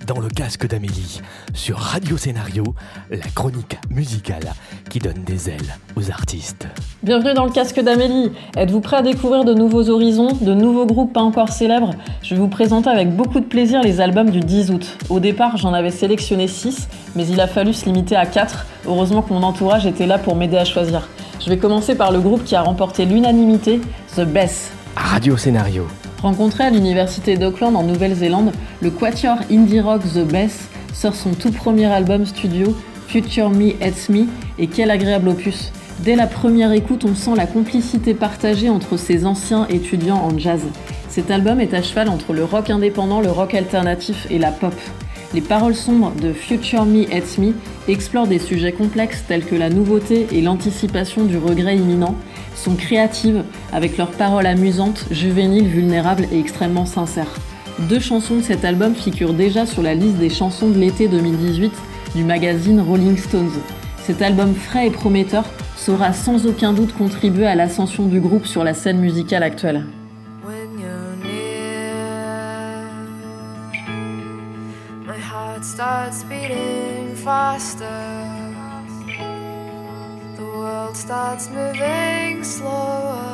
dans le casque d'Amélie, sur Radio Scénario, la chronique musicale qui donne des ailes aux artistes. Bienvenue dans le casque d'Amélie. Êtes-vous prêts à découvrir de nouveaux horizons, de nouveaux groupes pas encore célèbres ? Je vais vous présenter avec beaucoup de plaisir les albums du 10 août. Au départ, j'en avais sélectionné 6, mais il a fallu se limiter à 4. Heureusement que mon entourage était là pour m'aider à choisir. Je vais commencer par le groupe qui a remporté l'unanimité, The Bess. Radio Scénario. Rencontré à l'université d'Auckland en Nouvelle-Zélande, le quatuor indie rock The Bess sort son tout premier album studio, Future Me Hates Me, et quel agréable opus. Dès la première écoute, on sent la complicité partagée entre ces anciens étudiants en jazz. Cet album est à cheval entre le rock indépendant, le rock alternatif et la pop. Les paroles sombres de Future Me Hates Me explorent des sujets complexes tels que la nouveauté et l'anticipation du regret imminent, sont créatives avec leurs paroles amusantes, juvéniles, vulnérables et extrêmement sincères. 2 chansons de cet album figurent déjà sur la liste des chansons de l'été 2018 du magazine Rolling Stones. Cet album frais et prometteur saura sans aucun doute contribuer à l'ascension du groupe sur la scène musicale actuelle. Starts beating faster. The world starts moving slower,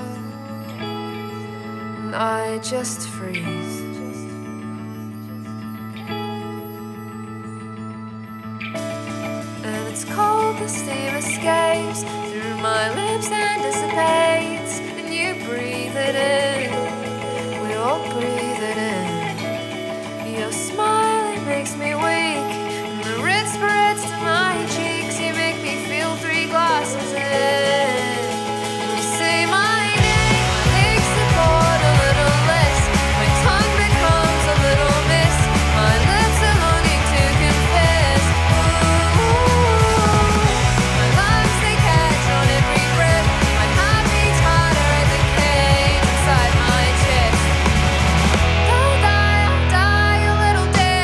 and I just freeze. And it's cold, the steam escapes through my lips and dissipates, and you breathe it in, we all breathe it in. Your smile makes me weak, and the red spreads to my cheeks. You make me feel 3 glasses in. You say my name makes the chord a little less. My tongue becomes a little miss. My lips are longing to confess. Ooh, my lungs they catch on every breath. My heart beats harder at the cage inside my chest. I'll die a little dead.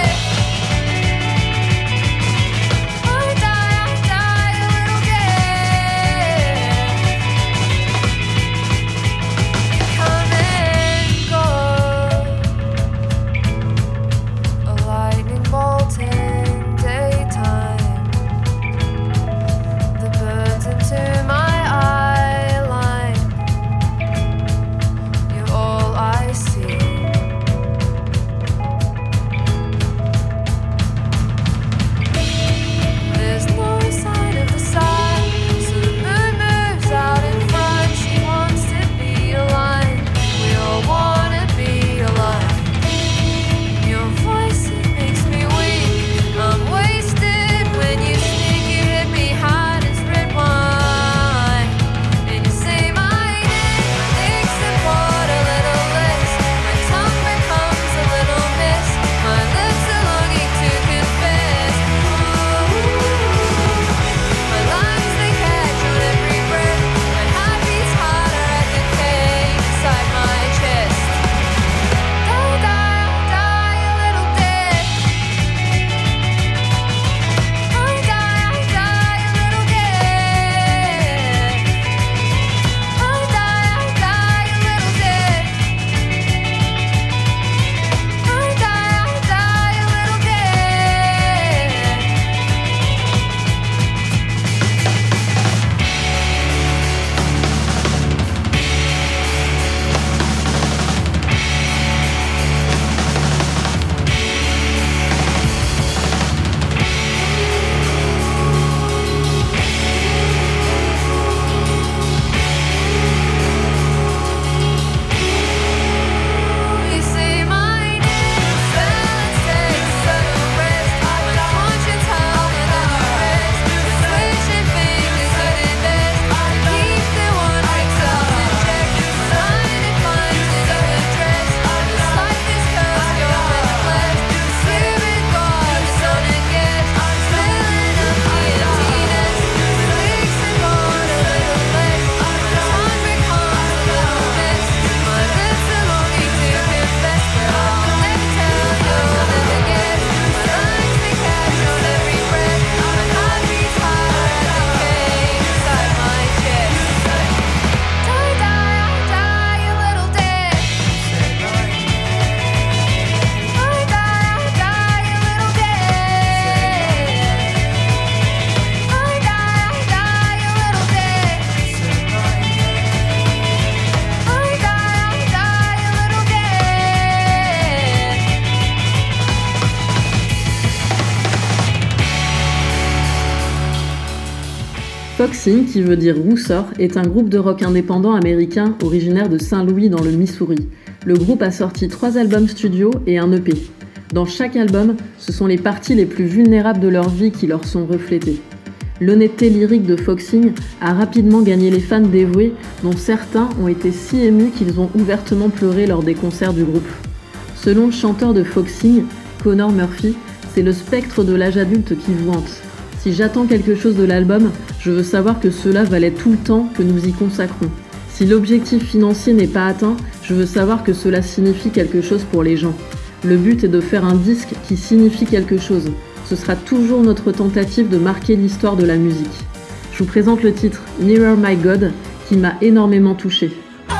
Foxing, qui veut dire rousseur, est un groupe de rock indépendant américain originaire de Saint-Louis dans le Missouri. Le groupe a sorti 3 albums studio et un EP. Dans chaque album, ce sont les parties les plus vulnérables de leur vie qui leur sont reflétées. L'honnêteté lyrique de Foxing a rapidement gagné les fans dévoués, dont certains ont été si émus qu'ils ont ouvertement pleuré lors des concerts du groupe. Selon le chanteur de Foxing, Connor Murphy, c'est le spectre de l'âge adulte qui vous hante. Si j'attends quelque chose de l'album, je veux savoir que cela valait tout le temps que nous y consacrons. Si l'objectif financier n'est pas atteint, je veux savoir que cela signifie quelque chose pour les gens. Le but est de faire un disque qui signifie quelque chose. Ce sera toujours notre tentative de marquer l'histoire de la musique. Je vous présente le titre « Nearer My God » qui m'a énormément touchée.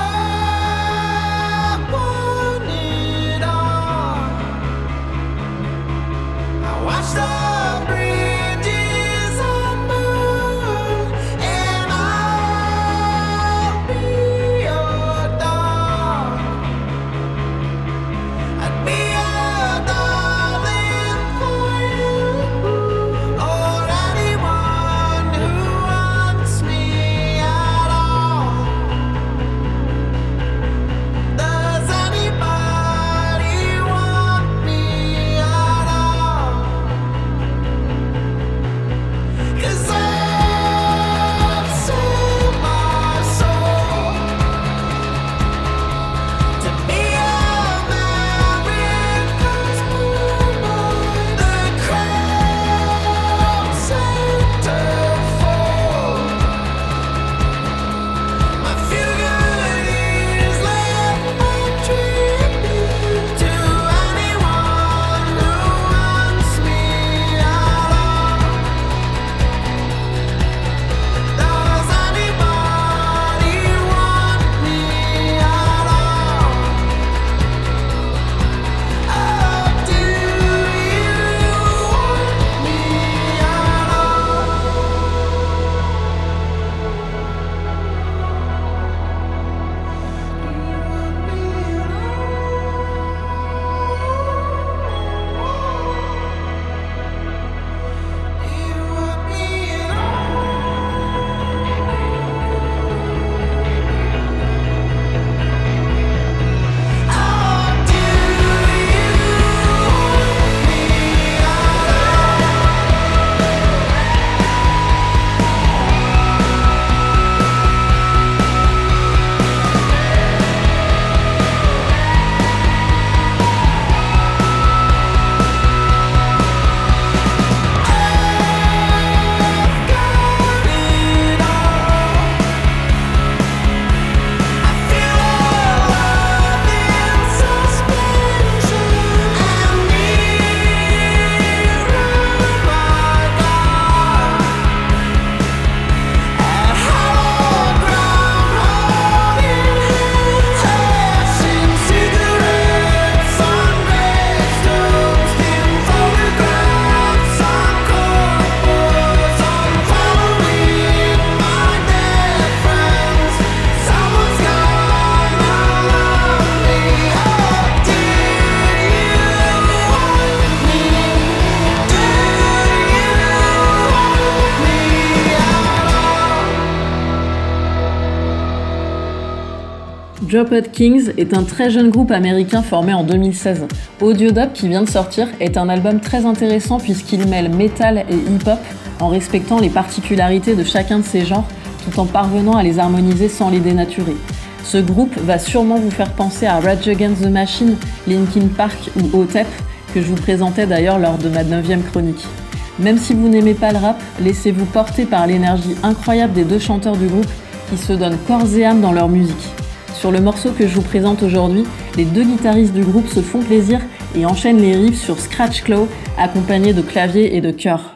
Dropout Kings est un très jeune groupe américain formé en 2016. Audiodub, qui vient de sortir, est un album très intéressant puisqu'il mêle metal et hip-hop en respectant les particularités de chacun de ces genres tout en parvenant à les harmoniser sans les dénaturer. Ce groupe va sûrement vous faire penser à Rage Against the Machine, Linkin Park ou Otep, que je vous présentais d'ailleurs lors de ma 9e chronique. Même si vous n'aimez pas le rap, laissez-vous porter par l'énergie incroyable des 2 chanteurs du groupe qui se donnent corps et âme dans leur musique. Sur le morceau que je vous présente aujourd'hui, les 2 guitaristes du groupe se font plaisir et enchaînent les riffs sur Scratch Claw, accompagnés de claviers et de chœurs.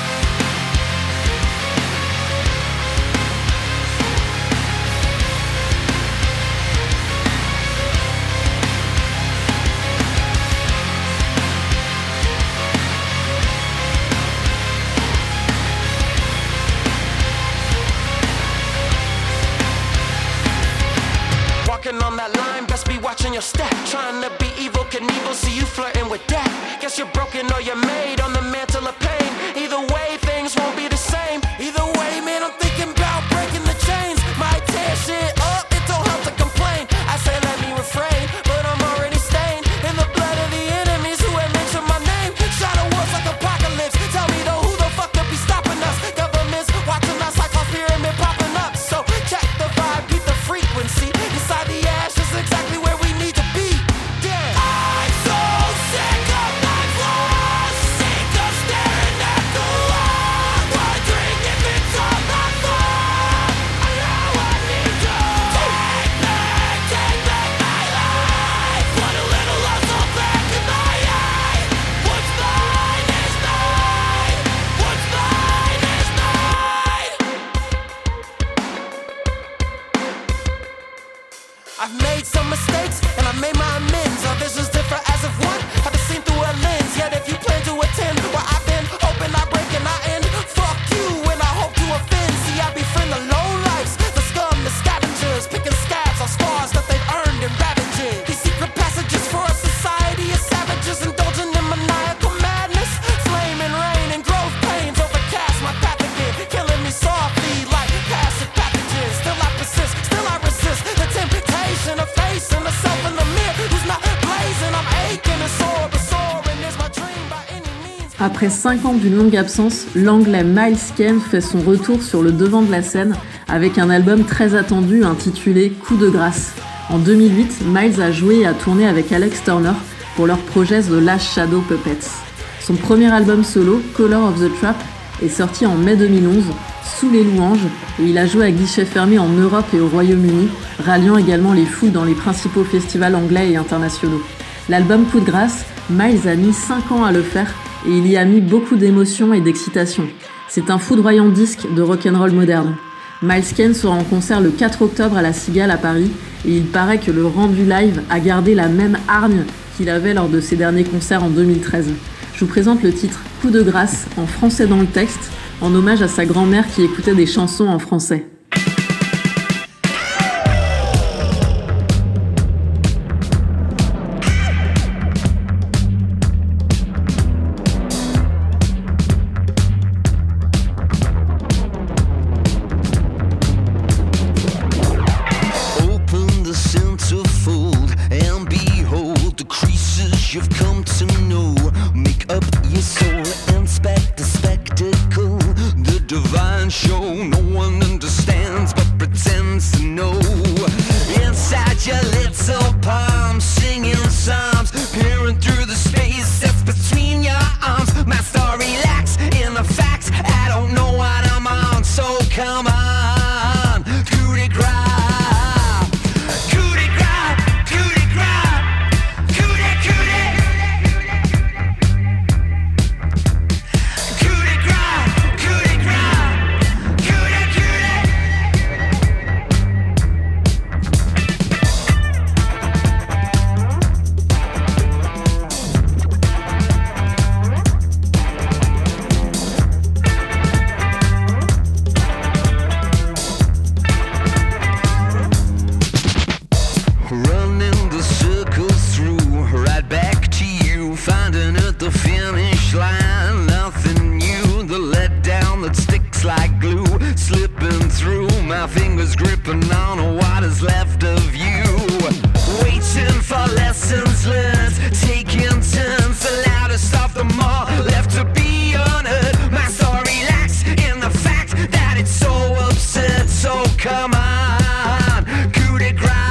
On that line, best be watching your step. Trying to be evil, Knievel, see you flirting with death. Guess you're broken or you're made on the mantle of pain. Either way, things won't be the same. Either way, man, I'm thinking Après 5 ans d'une longue absence, l'anglais Miles Kane fait son retour sur le devant de la scène avec un album très attendu intitulé Coup de grâce. En 2008, Miles a joué et a tourné avec Alex Turner pour leur projet The Last Shadow Puppets. Son premier album solo, Color of the Trap, est sorti en mai 2011, sous les louanges, et il a joué à guichet fermé en Europe et au Royaume-Uni, ralliant également les foules dans les principaux festivals anglais et internationaux. L'album Coup de grâce, Miles a mis 5 ans à le faire, et il y a mis beaucoup d'émotions et d'excitation. C'est un foudroyant disque de rock'n'roll moderne. Miles Kane sera en concert le 4 octobre à la Cigale à Paris, et il paraît que le rendu live a gardé la même hargne qu'il avait lors de ses derniers concerts en 2013. Je vous présente le titre Coup de grâce, en français dans le texte, en hommage à sa grand-mère qui écoutait des chansons en français. You've come to know, make up your soul, inspect the spectacle, the divine show. No one understands but pretends to know. Inside your little palm, singing psalms, peering through the space that's between your arms. My story lacks in the facts, I don't know what I'm on, so come on, coup de grâce. Like glue, slipping through, my fingers gripping on what is left of you. Waiting for lessons learned, taking turns, the loudest of them all, left to be unheard. My story lacks in the fact that it's so absurd, so come on, coup de grâce.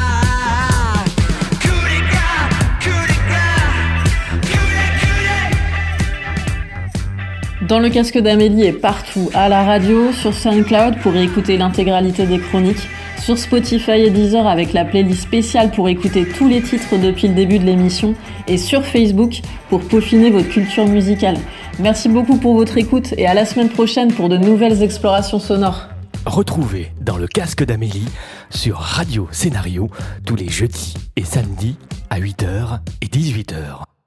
Dans le casque d'Amélie est partout, à la radio, sur SoundCloud pour écouter l'intégralité des chroniques, sur Spotify et Deezer avec la playlist spéciale pour écouter tous les titres depuis le début de l'émission, et sur Facebook pour peaufiner votre culture musicale. Merci beaucoup pour votre écoute et à la semaine prochaine pour de nouvelles explorations sonores. Retrouvez dans le casque d'Amélie sur Radio Scénario tous les jeudis et samedis à 8h et 18h.